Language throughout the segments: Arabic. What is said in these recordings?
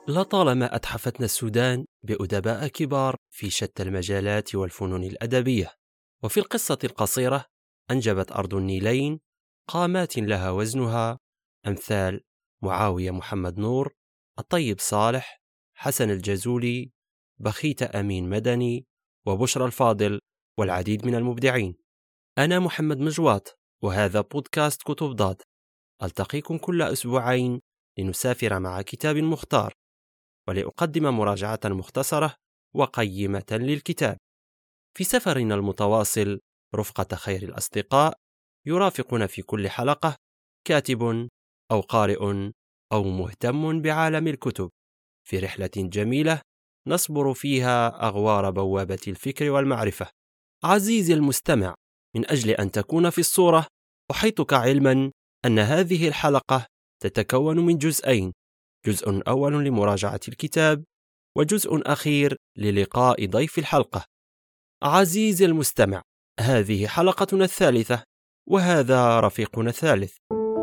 لطالما أتحفتنا السودان بأدباء كبار في شتى المجالات والفنون الأدبية، وفي القصة القصيرة أنجبت أرض النيلين قامات لها وزنها، أمثال معاوية محمد نور، الطيب صالح، حسن الجزولي، بخيت أمين مدني، وبشرى الفاضل، والعديد من المبدعين. أنا محمد مجواط، وهذا بودكاست كتب ضاد. ألتقيكم كل أسبوعين لنسافر مع كتاب مختار، ولأقدم مراجعة مختصرة وقيمة للكتاب. في سفرنا المتواصل رفقة خير الأصدقاء، يرافقنا في كل حلقة كاتب أو قارئ أو مهتم بعالم الكتب، في رحلة جميلة نصبر فيها أغوار بوابة الفكر والمعرفة. عزيزي المستمع، من أجل أن تكون في الصورة، أحيطك علما أن هذه الحلقة تتكون من جزئين: جزء أول لمراجعة الكتاب، وجزء أخير للقاء ضيف الحلقة. عزيزي المستمع، هذه حلقتنا الثالثة، وهذا رفيقنا الثالث.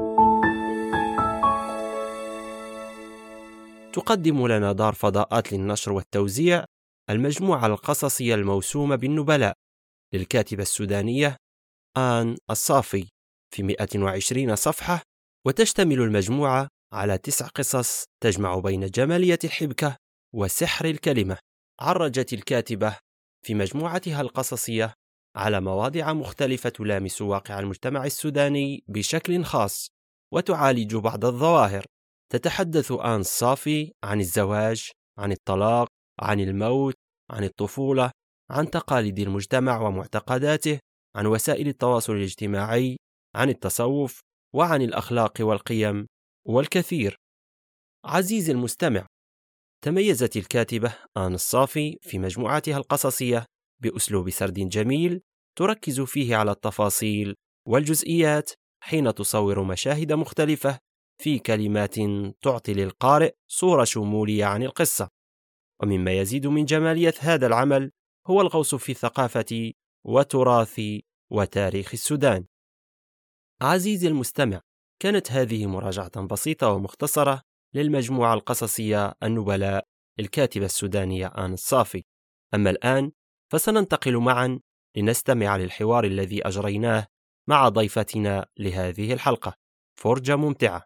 تقدم لنا دار فضاءات للنشر والتوزيع المجموعة القصصية الموسومة بالنبلاء للكاتبة السودانية آن الصافي في 120 صفحة، وتشتمل المجموعة على 9 قصص تجمع بين جمالية الحبكة وسحر الكلمة. عرجت الكاتبة في مجموعتها القصصية على مواضيع مختلفة تلامس واقع المجتمع السوداني بشكل خاص، وتعالج بعض الظواهر. تتحدث آن الصافي عن الزواج، عن الطلاق، عن الموت، عن الطفولة، عن تقاليد المجتمع ومعتقداته، عن وسائل التواصل الاجتماعي، عن التصوف، وعن الأخلاق والقيم، والكثير. عزيزي المستمع، تميزت الكاتبة آن الصافي في مجموعتها القصصية بأسلوب سرد جميل تركز فيه على التفاصيل والجزئيات حين تصور مشاهد مختلفة في كلمات تعطي للقارئ صورة شمولية عن القصة. ومما يزيد من جمالية هذا العمل هو الغوص في ثقافة وتراث وتاريخ السودان. عزيزي المستمع، كانت هذه مراجعة بسيطة ومختصرة للمجموعة القصصية النبلاء للكاتبة السودانية آن الصافي. أما الآن فسننتقل معا لنستمع للحوار الذي أجريناه مع ضيفتنا لهذه الحلقة. فرجة ممتعة.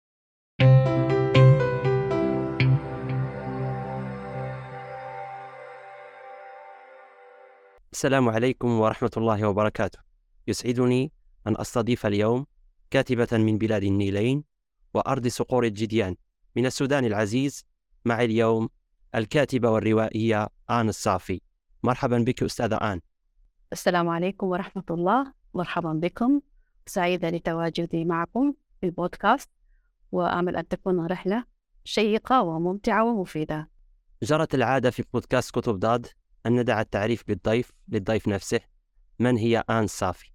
السلام عليكم ورحمة الله وبركاته. يسعدني أن أستضيف اليوم كاتبة من بلاد النيلين وأرض صقور الجديان من السودان العزيز. معي اليوم الكاتبة والروائية آن الصافي. مرحبا بك أستاذة آن. السلام عليكم ورحمة الله، مرحبا بكم. سعيدة لتواجدي معكم في البودكاست، وأمل أن تكون رحلة شيقة وممتعة ومفيدة. جرت العادة في بودكاست كتب ضاد أن ندع التعريف للضيف نفسه. من هي آن الصافي؟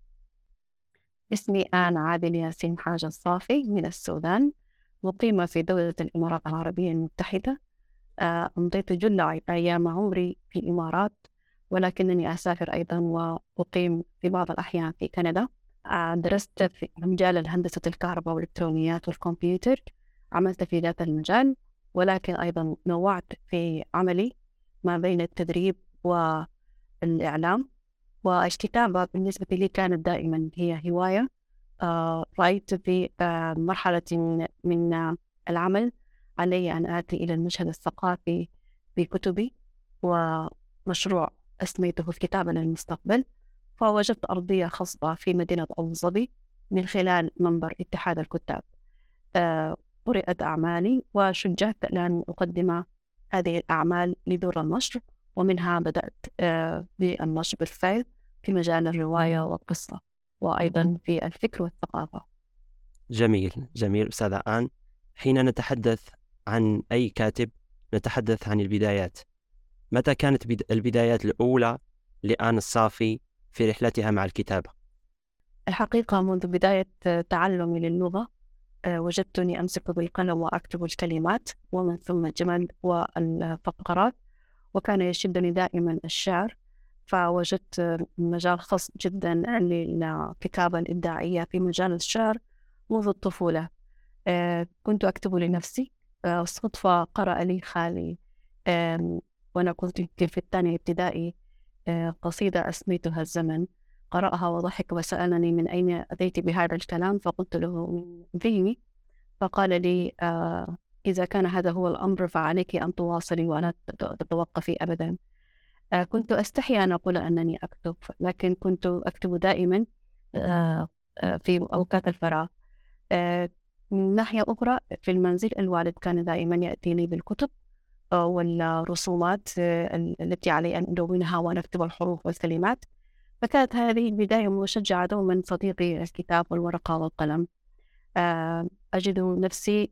اسمي آن عادل ياسين حاج الصافي من السودان، مقيمة في دولة الإمارات العربية المتحدة. أمضيت جل أيام عمري في الإمارات، ولكنني أسافر أيضا وأقيم في بعض الأحيان في كندا. درست في مجال هندسة الكهرباء والإلكترونيات والكمبيوتر، عملت في ذات المجال، ولكن أيضا نوعت في عملي ما بين التدريب والإعلام. والكتابة بالنسبة لي كانت دائما هي هواية. رأيت في مرحلة من العمل علي أن آتي إلى المشهد الثقافي بكتبي ومشروع أسميته الكتابة للمستقبل، فوجدت أرضية خصبة في مدينة أبو ظبي من خلال منبر اتحاد الكتاب. قرأت أعمالي وشجعت لأن أقدم هذه الأعمال لدور النشر، ومنها بدأت بالنشر بالفعل في مجال الرواية والقصة، وأيضا في الفكر والثقافة. جميل أستاذة آن. حين نتحدث عن أي كاتب نتحدث عن البدايات. متى كانت البدايات الأولى لآن الصافي في رحلتها مع الكتابة؟ الحقيقة منذ بداية تعلمي للغة وجدتني أمسك بالقلم وأكتب الكلمات ومن ثم الجمل والفقرات، وكان يشدني دائما الشعر، فوجدت مجال خاص جدا للكتابة الإبداعية في مجال الشعر منذ الطفولة. كنت أكتب لنفسي صدفة قرأ لي خالي وأنا كنت يمكن في الثانية ابتدائي قصيدة أسميتها الزمن. قرأها وضحك وسألني من أين أتيت بهذا الكلام، فقلت له من ذهني. فقال لي إذا كان هذا هو الأمر فعليك أن تواصلي ولا تتوقفي أبدا. كنت أستحي أن أقول أنني أكتب، لكن كنت أكتب دائما في أوقات الفراغ. من ناحية أخرى في المنزل الوالد كان دائما يأتيني بالكتب والرسومات التي علي أن أدونها ونكتب الحروف والكلمات. فكانت هذه البداية مشجعة دوما صديقي الكتاب والورقة والقلم. أجد نفسي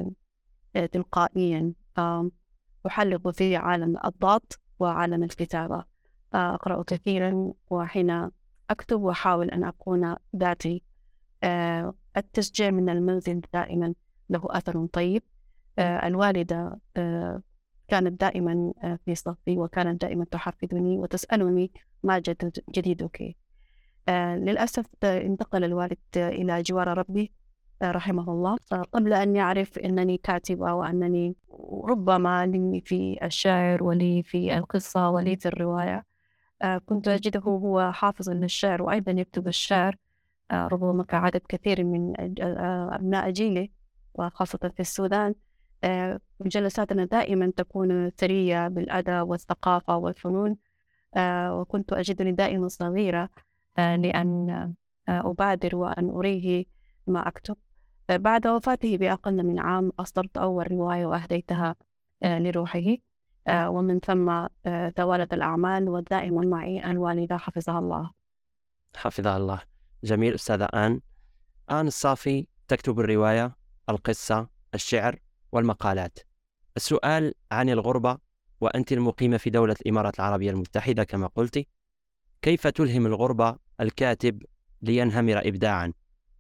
تلقائيا أحلق في عالم الضغط وعالم الكتابة. أقرأ كثيرا، وحين أكتب وأحاول أن أكون ذاتي. التشجيع من المنزل دائما له أثر طيب. الوالدة كانت دائما في صفي، وكانت دائما تحفزني وتسألني ما جديدك. للأسف انتقل الوالد إلى جوار ربي رحمه الله قبل أن يعرف أنني كاتبة، وأنني ربما لي في الشعر ولي في القصة ولي في الرواية. كنت أجده هو حافظ للشعر وأيضا يكتب الشعر، ربما كعدد كثير من أبناء جيله وخاصة في السودان. جلساتنا دائما تكون ثرية بالأدب والثقافة والفنون. وكنت أجدني دائما صغيرة لأن أبادر وأن أريه ما أكتب. بعد وفاته بأقل من عام أصدرت أول رواية وأهديتها لروحه، ومن ثم توالت الأعمال، ودائما معي الوالدة حفظها الله. حفظها الله. جميل. أستاذة آن الصافي تكتب الرواية، القصة، الشعر والمقالات. السؤال عن الغربة، وأنت المقيمة في دولة الإمارات العربية المتحدة كما قلت، كيف تلهم الغربة الكاتب لينهمر إبداعا؟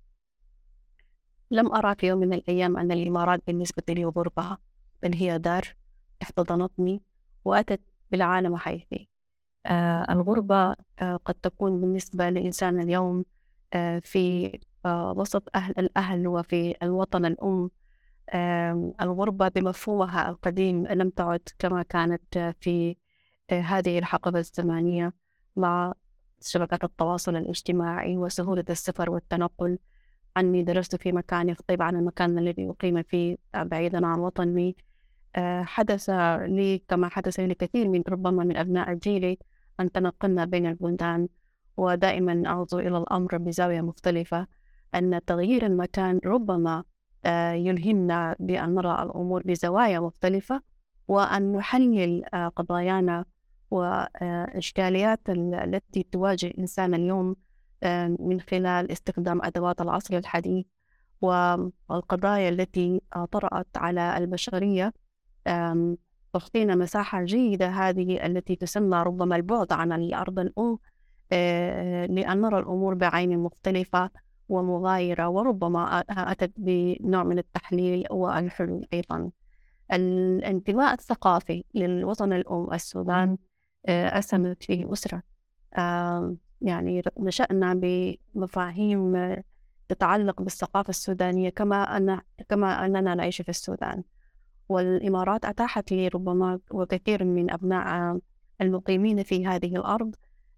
لم أرى في يوم من الأيام أن الإمارات بالنسبة لي غربة، بل هي دار احتضنتني وأتت بالعالم حيثي. الغربة قد تكون بالنسبة لإنسان اليوم في وسط الأهل وفي الوطن الأم. الغربة بمفهومها القديم لم تعد كما كانت في هذه الحقبة الزمانية، مع شبكات التواصل الاجتماعي وسهولة السفر والتنقل. أني درست في مكان يختلف عن المكان الذي أقيم فيه بعيدا عن وطني. حدث لي كما حدث لكثير من ربما من أبناء جيلي أن تنقلنا بين البلدان، ودائما أنظر إلى الأمر بزاوية مختلفة، أن تغيير المكان ربما يلهمنا بأن نرى الأمور بزوايا مختلفة، وأن نحلل قضايانا وإشكاليات التي تواجه الإنسان اليوم من خلال استخدام أدوات العصر الحديث والقضايا التي طرأت على البشرية. تعطينا مساحة جيدة هذه التي تسمى ربما البعد عن الأرض الأم، لأن نرى الأمور بعين مختلفة ومغايرة، وربما أتت بنوع من التحليل والحلول أيضا. الانتماء الثقافي للوطن الأم السودان أسهمت فيه أسرة، يعني نشأنا بمفاهيم تتعلق بالثقافة السودانية كما أننا نعيش في السودان. والإمارات أتاحت لي ربما وكثير من أبناء المقيمين في هذه الأرض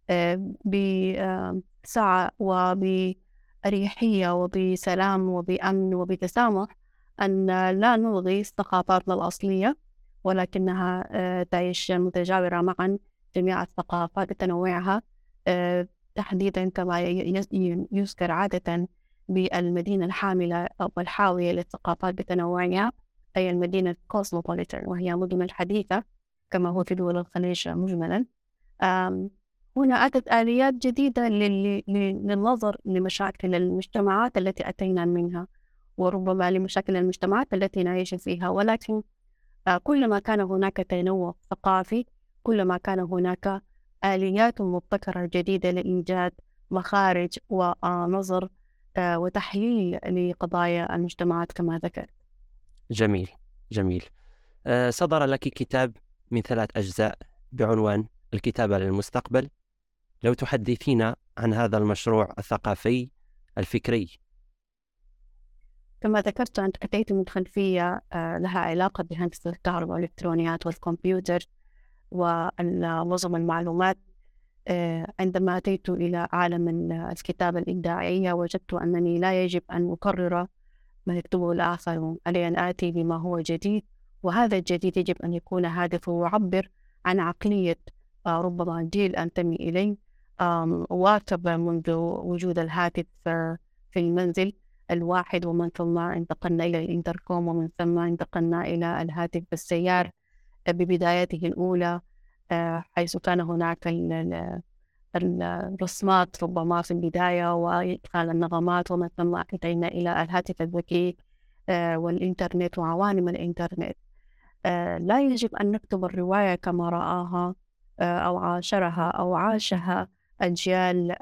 بسعة وبأريحية وبسلام وبأمن وبتسامح أن لا نلغي ثقافاتنا الأصلية، ولكنها تعيش متجاورة معا جميع الثقافات بتنوعها. تحديدا كما يذكر عادة بالمدينة الحاملة أو الحاوية للثقافات بتنوعها، أي المدينة الكوسموبوليتان، وهي مدن الحديثة كما هو في دول الخليج مجملا. هنا أتت آليات جديدة للنظر لمشاكل المجتمعات التي أتينا منها، وربما لمشاكل المجتمعات التي نعيش فيها. ولكن كلما كان هناك تنوع ثقافي، كلما كان هناك آليات مبتكرة جديدة لإيجاد مخارج ونظر وتحليل لقضايا المجتمعات كما ذكرت. جميل جميل. صدر لك كتاب من 3 أجزاء بعنوان الكتابة للمستقبل. لو تحدثينا عن هذا المشروع الثقافي الفكري. كما ذكرت أنت أتيت من خلفية لها علاقة بهندسة الكهرباء والإلكترونيات والكمبيوتر ونظم المعلومات. عندما أتيت إلى عالم الكتابة الإبداعية وجدت أنني لا يجب أن أكرر ما يكتبه الآخرون، علي أن آتي بما هو جديد، وهذا الجديد يجب أن يكون هادفه ويعبر عن عقلية ربما الجيل أنتمي إليه. واكب منذ وجود الهاتف في المنزل الواحد، ومن ثم انتقلنا إلى الإنتركوم، ومن ثم انتقلنا إلى الهاتف السيار ببدايته الأولى، حيث كان هناك الرسمات ربما في البداية وإدخال النغمات، ومن ثم أتينا إلى الهاتف الذكي والإنترنت وعوالم الإنترنت. لا يجب أن نكتب الرواية كما رآها أو عاشرها أو عاشها أجيال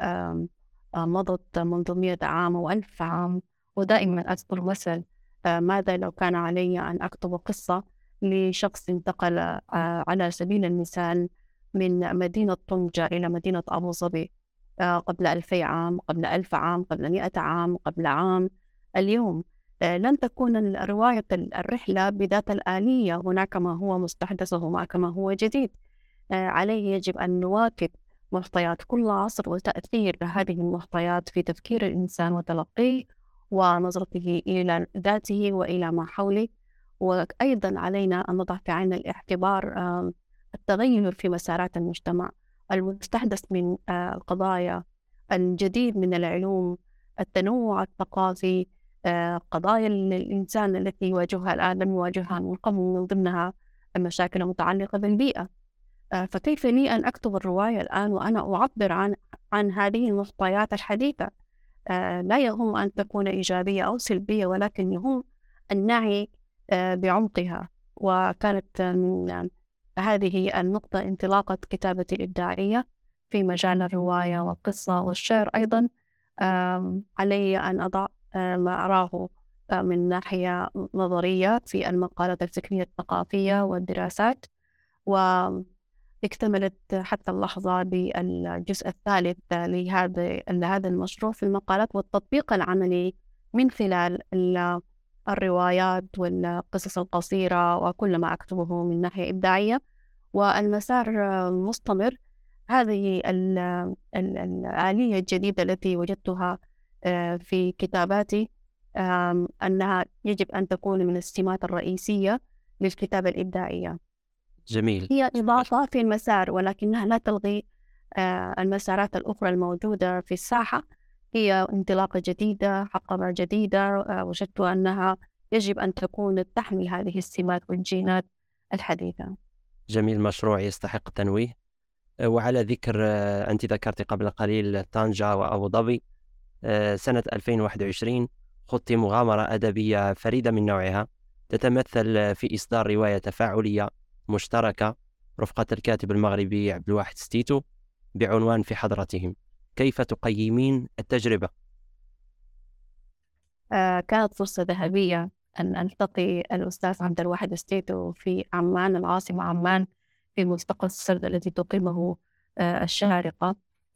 مضت منذ 100 عام أو 1000 عام. ودائما أذكر مثل ماذا لو كان علي أن أكتب قصة لشخص انتقل على سبيل المثال من مدينة طنجة إلى مدينة أبو ظبي قبل 2000 عام، قبل 1000 عام، قبل 100 عام، قبل عام. اليوم لن تكون رواية الرحلة بذات الآلية، هناك ما هو مستحدث وهناك ما هو جديد. عليه يجب أن نواكب معطيات كل عصر وتأثير هذه المعطيات في تفكير الإنسان وتلقيه ونظرته إلى ذاته وإلى ما حوله. وأيضا علينا أن نضع في عين الاعتبار التغير في مسارات المجتمع، المستحدث من القضايا، الجديد من العلوم، التنوع الثقافي، قضايا الإنسان التي يواجهها الآن لم يواجهها من قبل، من ضمنها المشاكل المتعلقة بالبيئة. فكيف لي أن أكتب الرواية الآن وأنا أعبر عن هذه المعطيات الحديثة؟ لا يهم أن تكون إيجابية أو سلبية، ولكن يهم أن نعي بعمقها. وكانت من هذه النقطة انطلاقة كتابتي الإبداعية في مجال الرواية والقصة والشعر. أيضا علي أن أضع ما أراه من ناحية نظرية في المقالات الفكرية الثقافية والدراسات، واكتملت حتى اللحظة بالجزء الثالث لهذا المشروع في المقالات والتطبيق العملي من خلال الروايات والقصص القصيرة وكل ما أكتبه من ناحية إبداعية. والمسار مستمر. هذه الآلية الجديدة التي وجدتها في كتاباتي أنها يجب أن تكون من السمات الرئيسية للكتابة الإبداعية. جميل. هي إضافة في المسار، ولكنها لا تلغي المسارات الأخرى الموجودة في الساحة. هي انطلاقة جديدة، حقبة جديدة، وجدت أنها يجب أن تكون تحمل هذه السمات والجينات الحديثة. جميل، مشروع يستحق التنويه. وعلى ذكر أنت ذكرت قبل قليل طنجة وأبو ظبي، سنة 2021 خضت مغامرة أدبية فريدة من نوعها، تتمثل في إصدار رواية تفاعلية مشتركة رفقة الكاتب المغربي عبد الواحد ستيتو بعنوان في حضرتهم. كيف تقيمين التجربة؟ كانت فرصة ذهبية أن ألتقي الأستاذ عبد الواحد ستيتو في عمان، العاصمة عمان، في ملتقى السرد الذي تقيمه الشارقة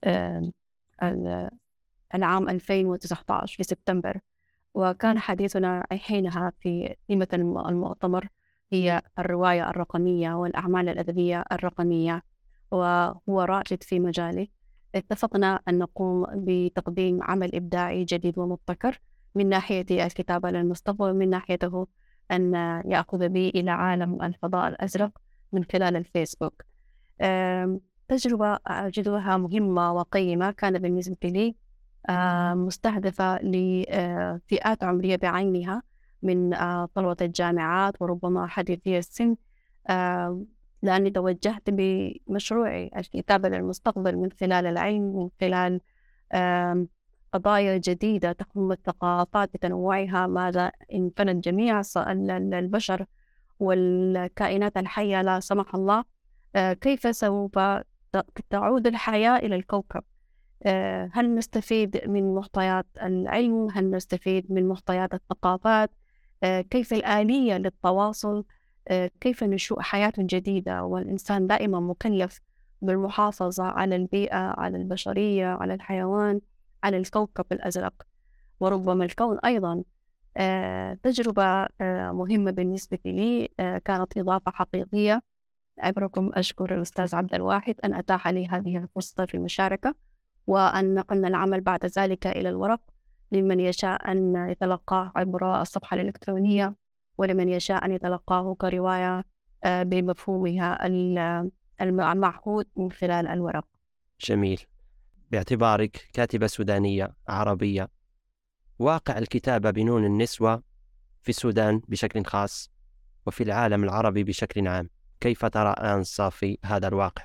العام 2019 في سبتمبر. وكان حديثنا حينها في قيمة المؤتمر هي الرواية الرقمية والأعمال الأدبية الرقمية، وهو رائد في مجاله. اتفقنا أن نقوم بتقديم عمل إبداعي جديد ومبتكر من ناحية الكتابة للمستقبل، ومن ناحيته أن يأخذ بي إلى عالم الفضاء الأزرق من خلال الفيسبوك. تجربة أجدها مهمة وقيمة. كان بالنسبة لي مستهدفة لفئات عمرية بعينها من طلبة الجامعات وربما حديثي السن، لأني توجهت بمشروعي الكتابة للمستقبل من خلال العلم، من خلال قضايا جديدة تهم الثقافات بتنوعها. ماذا إن كانت جميع البشر والكائنات الحية لا سمح الله، كيف سوف تعود الحياة إلى الكوكب؟ هل نستفيد من معطيات العلم؟ هل نستفيد من معطيات الثقافات؟ كيف الآلية للتواصل؟ كيف نشوء حياة جديدة؟ والإنسان دائما مكلف بالمحافظة على البيئة، على البشرية، على الحيوان، على الكوكب الأزرق، وربما الكون أيضا. تجربة مهمة بالنسبة لي، كانت إضافة حقيقية. أبركم أشكر الأستاذ عبد الواحد أن أتاح لي هذه الفرصة في المشاركة، وأن نقلنا العمل بعد ذلك إلى الورق لمن يشاء أن يتلقاه عبر الصفحة الإلكترونية، ولمن يشاء أن يتلقاه كرواية بمفهومها المعهود من خلال الورق. جميل. باعتبارك كاتبة سودانية عربية، واقع الكتابة بنون النسوة في السودان بشكل خاص وفي العالم العربي بشكل عام، كيف ترى آن الصافي هذا الواقع؟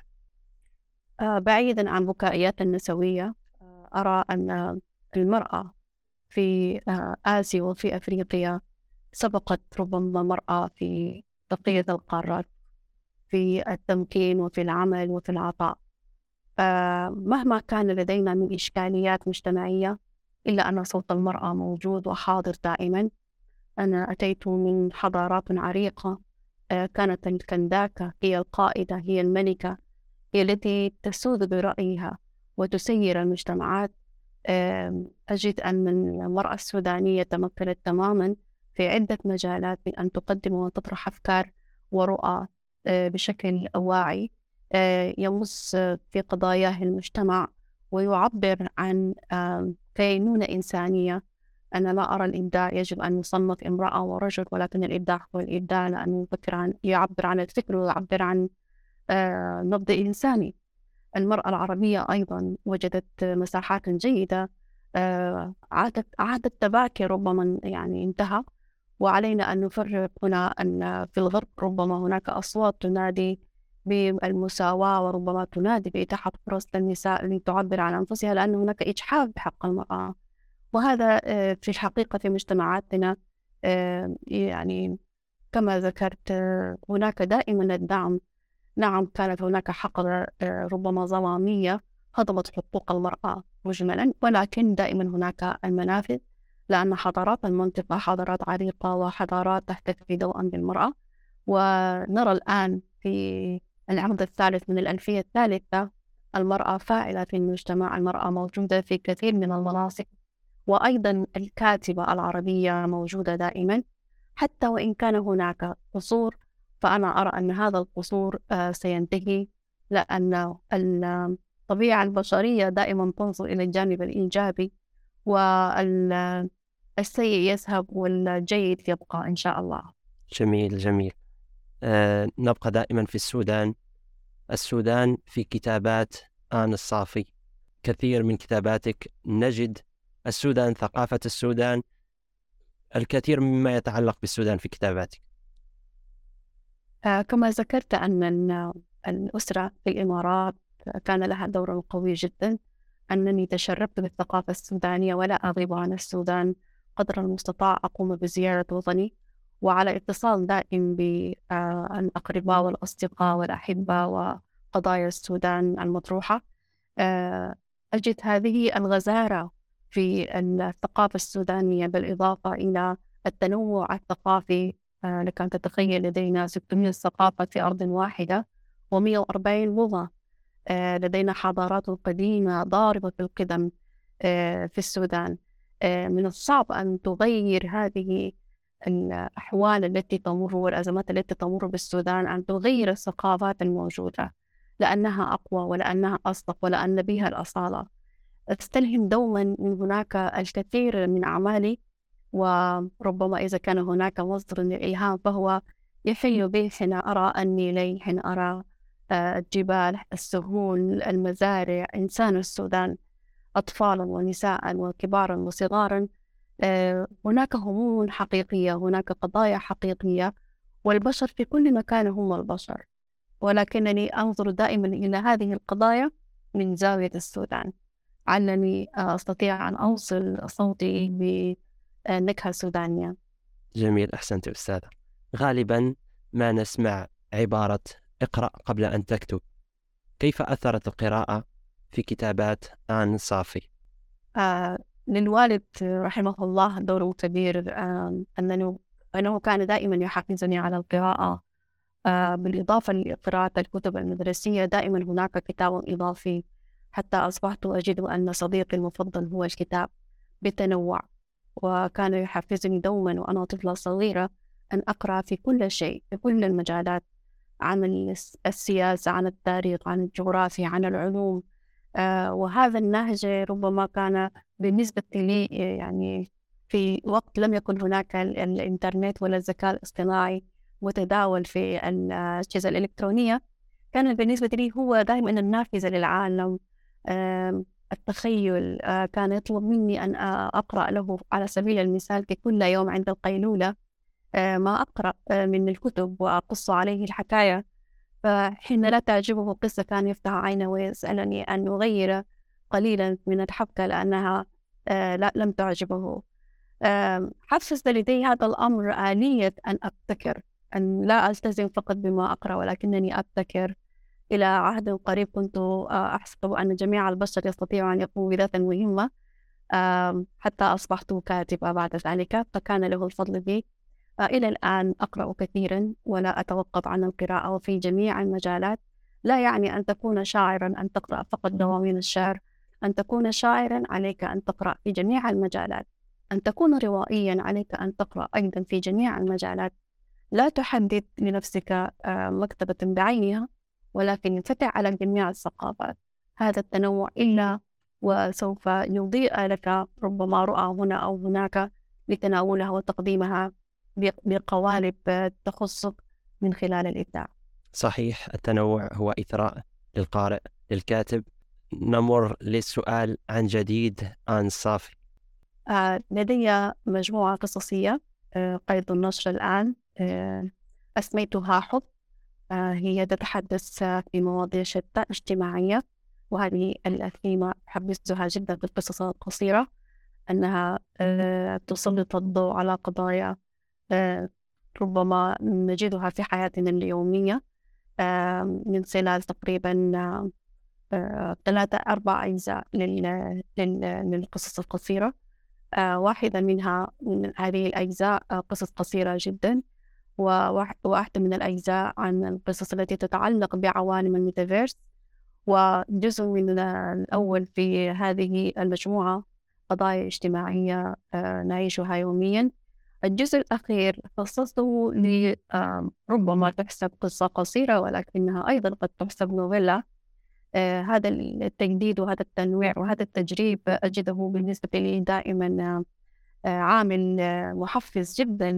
بعيدا عن بكائيات النسوية، أرى أن المرأة في آسيا وفي أفريقيا سبقت ربما المرأة في بقية القارات في التمكين وفي العمل وفي العطاء. مهما كان لدينا من إشكاليات مجتمعية، إلا أن صوت المرأة موجود وحاضر دائما. أنا أتيت من حضارات عريقة، كانت الكنداكة هي القائدة، هي الملكة، هي التي تسود برأيها وتسير المجتمعات. أجد أن المرأة السودانية تمكنت تماما في عدة مجالات من أن تقدم وتطرح أفكار ورؤى بشكل واعي، يمس في قضاياه المجتمع ويعبر عن كينونة إنسانية. أنا لا أرى الإبداع يجب أن يصنف امرأة ورجل، ولكن الإبداع هو الإبداع، لأنه يعبر عن الفكر ويعبر عن نبض إنساني. المرأة العربية أيضا وجدت مساحات جيدة. عهد التباكي ربما يعني انتهى، وعلينا أن نفرق هنا أن في الغرب ربما هناك أصوات تنادي بالمساواة، وربما تنادي بإتاحة فرص للنساء لتعبر عن أنفسها، لأن هناك إجحاف بحق المرأة. وهذا في الحقيقة في مجتمعاتنا يعني كما ذكرت هناك دائما الدعم. نعم، كانت هناك حقبة ربما ظلامية هضمت حقوق المرأة مجملا، ولكن دائما هناك المنافذ، لأن حضارات المنطقة حضارات عريقة وحضارات تحتفي دوءا بالمرأة. ونرى الآن في العقد الثالث من الألفية الثالثة المرأة فاعلة في المجتمع، المرأة موجودة في كثير من المناصب، وأيضا الكاتبة العربية موجودة دائما. حتى وإن كان هناك قصور، فأنا أرى أن هذا القصور سينتهي، لأن الطبيعة البشرية دائما تنظر إلى الجانب الإيجابي، والسيء يذهب والجيد يبقى إن شاء الله. جميل جميل. نبقى دائما في السودان في كتابات آن الصافي، كثير من كتاباتك نجد السودان، ثقافة السودان، الكثير مما يتعلق بالسودان في كتاباتك. كما ذكرت أن الأسرة في الإمارات كان لها دور قوي جدا، أنني تشربت بالثقافة السودانية ولا أغيب عن السودان، قدر المستطاع أقوم بزيارة وطني وعلى اتصال دائم بالأقرباء والأصدقاء والأحبة وقضايا السودان المطروحة. أجد هذه الغزارة في الثقافة السودانية بالإضافة إلى التنوع الثقافي. لك أن تتخيل لدينا 600 ثقافة في أرض واحدة و140 لغة. لدينا حضارات قديمة ضاربة في القدم في السودان. من الصعب أن تغير هذه الأحوال التي تمر والأزمات التي تمر بالسودان، أن تغير الثقافات الموجودة، لأنها أقوى ولأنها أصدق ولأن بها الأصالة. أستلهم دوما من هناك الكثير من أعمالي، وربما إذا كان هناك مصدر للإلهام فهو يحل به حين أرى النيلين، حين أرى الجبال، السهول، المزارع، إنسان السودان، أطفالا ونساء وكبارا وصغارا. هناك هموم حقيقية، هناك قضايا حقيقية، والبشر في كل مكان هم البشر، ولكنني أنظر دائما إلى هذه القضايا من زاوية السودان، علني أستطيع أن أوصل صوتي بنكهة سودانية. جميل، أحسنت أستاذة. غالبا ما نسمع عبارة اقرأ قبل أن تكتب، كيف أثرت القراءة في كتابات آن الصافي؟ للوالد رحمه الله دور كبير، أنه كان دائما يحفزني على القراءة. بالإضافة لقراءة الكتب المدرسية دائما هناك كتاب إضافي، حتى أصبحت أجد أن صديقي المفضل هو الكتاب بتنوع. وكان يحفزني دوما وأنا طفلة صغيرة أن أقرأ في كل شيء، في كل المجالات، عن السياسة، عن التاريخ، عن الجغرافيا، عن العلوم. وهذا النهج ربما كان بالنسبة لي يعني في وقت لم يكن هناك الإنترنت ولا الذكاء الاصطناعي متداول في الأجهزة الإلكترونية، كان بالنسبة لي هو دائما النافذة للعالم. التخيل، كان يطلب مني أن أقرأ له على سبيل المثال في كل يوم عند القيلولة ما أقرأ من الكتب وأقص عليه الحكاية. فحين لا تعجبه قصة كان يفتح عينه ويسألني أن نغير قليلا من الحبكة لأنها لم تعجبه. حفز لدي هذا الأمر آلية أن أبتكر، أن لا ألتزم فقط بما أقرأ ولكنني أبتكر. إلى عهد قريب كنت أحسب أن جميع البشر يستطيعوا أن يقوموا بذات مهمة، حتى أصبحت كاتبة بعد ذلك، فكان له الفضل بي. إلى الآن أقرأ كثيرا ولا أتوقف عن القراءة وفي جميع المجالات. لا يعني أن تكون شاعرا أن تقرأ فقط دواوين الشعر، أن تكون شاعرا عليك أن تقرأ في جميع المجالات، أن تكون روائيا عليك أن تقرأ أيضا في جميع المجالات. لا تحدد لنفسك مكتبة بعينها، ولكن ينفتح على جميع الثقافات. هذا التنوع إلا وسوف يضيء لك ربما رؤى هنا أو هناك لتناولها وتقديمها بقوالب تخصك من خلال الإبداع. صحيح، التنوع هو إثراء للقارئ للكاتب. نمر للسؤال عن جديد آن الصافي. لدي مجموعة قصصية قيد النشر الآن، أسميتها حب. هي تتحدث في مواضيع شتى اجتماعية، وهذه الثيمة أحبذها جدا في القصص القصيرة، أنها تسلط الضوء على قضايا ربما نجدها في حياتنا اليومية، من خلال تقريبا 3-4 أجزاء للقصص القصيرة. واحدة منها من هذه الأجزاء قصص قصيرة جدا، وواحدة من الأجزاء عن القصص التي تتعلق بعوالم الميتافيرس، وجزء من الأول في هذه المجموعة قضايا اجتماعية نعيشها يوميا. الجزء الأخير خصصته ربما تحسب قصة قصيرة ولكنها أيضا قد تحسب نوفيلا. هذا التجديد وهذا التنويع وهذا التجريب أجده بالنسبة لي دائما عامل محفز جدا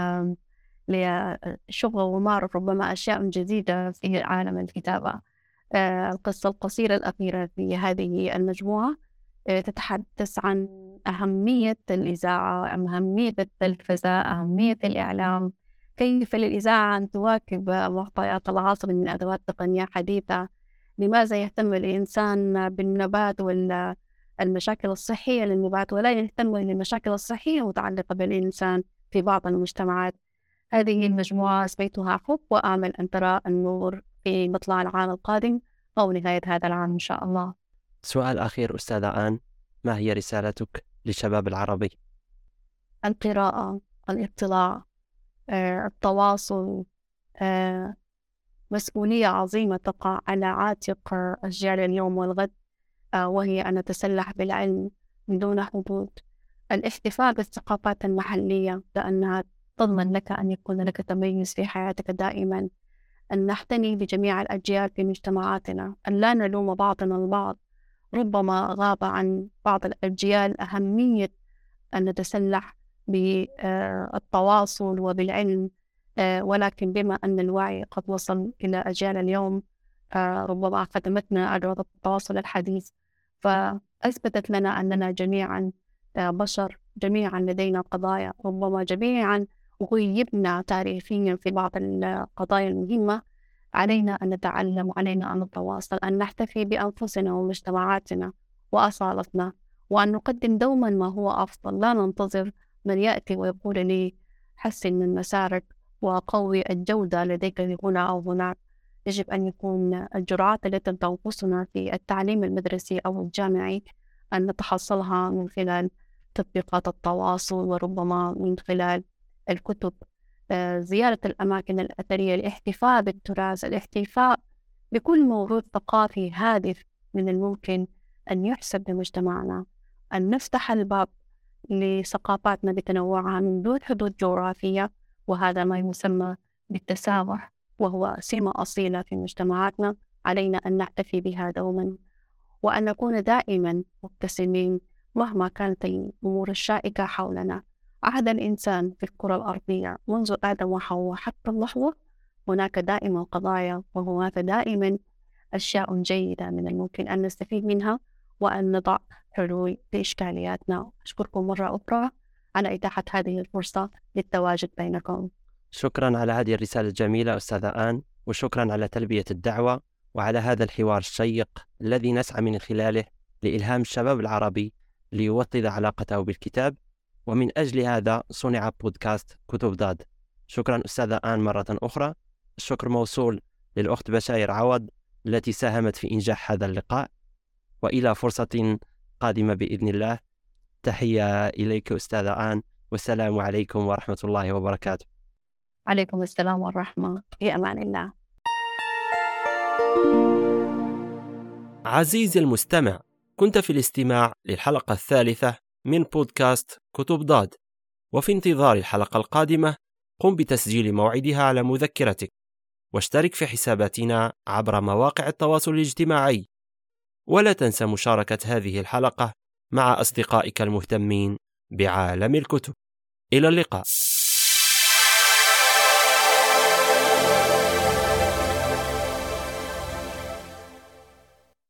لشغل ومعرفة ربما أشياء جديدة في عالم الكتابة. القصة القصيرة الأخيرة في هذه المجموعة تتحدث عن أهمية الإذاعة، أهمية التلفزة، أهمية الإعلام، كيف للإذاعة أن تواكب معطيات العصر من أدوات تقنية حديثة. لماذا يهتم الإنسان بالنبات والمشاكل الصحية للنبات ولا يهتم بالمشاكل الصحية المتعلقة بالإنسان في بعض المجتمعات. هذه المجموعة سميتها حب، وآمل أن ترى النور في مطلع العام القادم أو نهاية هذا العام إن شاء الله. سؤال أخير أستاذة آن، ما هي رسالتك للشباب العربي؟ القراءة، الاطلاع، التواصل، مسؤولية عظيمة تقع على عاتق أجيال اليوم والغد، وهي أن نتسلح بالعلم بدون حدود. الاحتفاء بالثقافات المحلية لأنها تضمن لك أن يكون لك تميز في حياتك دائما. أن نحتني بجميع الأجيال في مجتمعاتنا، أن لا نلوم بعضنا البعض. ربما غاب عن بعض الأجيال أهمية أن نتسلح بالتواصل وبالعلم، ولكن بما أن الوعي قد وصل إلى أجيال اليوم ربما خدمتنا أدوات التواصل الحديث، فأثبتت لنا أننا جميعا بشر، جميعا لدينا قضايا، ربما جميعا غيبنا تاريخيا في بعض القضايا المهمة. علينا أن نتعلم، علينا أن نتواصل، أن نحتفي بأنفسنا ومجتمعاتنا وأصالتنا، وأن نقدم دوما ما هو أفضل. لا ننتظر من يأتي ويقول لي حسن من مسارك وقوي الجودة لديك هنا أو هناك. يجب أن يكون الجرعات التي تنقصنا في التعليم المدرسي أو الجامعي أن نتحصلها من خلال تطبيقات التواصل، وربما من خلال الكتب، زيارة الأماكن الأثرية، الاحتفاء بالتراث، الاحتفاء بكل موروث ثقافي هادف من الممكن أن يحسب لمجتمعنا، أن نفتح الباب لثقافاتنا بتنوعها من دون حدود جغرافية، وهذا ما يسمى بالتسامح، وهو سمة أصيلة في مجتمعاتنا علينا أن نحتفي بها دوما، وأن نكون دائما مبتسمين مهما كانت الأمور الشائكة حولنا. عهد الإنسان في الكرة الأرضية منذ آدم وحواء حتى اللحظة هناك دائما قضايا، وهناك دائما أشياء جيدة من الممكن أن نستفيد منها وأن نضع حلول لإشكالياتنا. أشكركم مرة أخرى على إتاحة هذه الفرصة للتواجد بينكم. شكرا على هذه الرسالة الجميلة أستاذة آن، وشكرا على تلبية الدعوة وعلى هذا الحوار الشيق الذي نسعى من خلاله لإلهام الشباب العربي ليوطد علاقته بالكتاب، ومن أجل هذا صنع بودكاست كتب ضاد. شكرا أستاذة آن مرة أخرى. الشكر موصول للأخت بشاير عوض التي ساهمت في إنجاح هذا اللقاء، وإلى فرصة قادمة بإذن الله. تحية إليك أستاذة آن، والسلام عليكم ورحمة الله وبركاته. عليكم السلام والرحمة، في أمان الله. عزيزي المستمع، كنت في الاستماع للحلقة الثالثة من بودكاست كتب ضاد، وفي انتظار الحلقة القادمة قم بتسجيل موعدها على مذكرتك، واشترك في حساباتنا عبر مواقع التواصل الاجتماعي، ولا تنسى مشاركة هذه الحلقة مع أصدقائك المهتمين بعالم الكتب. إلى اللقاء.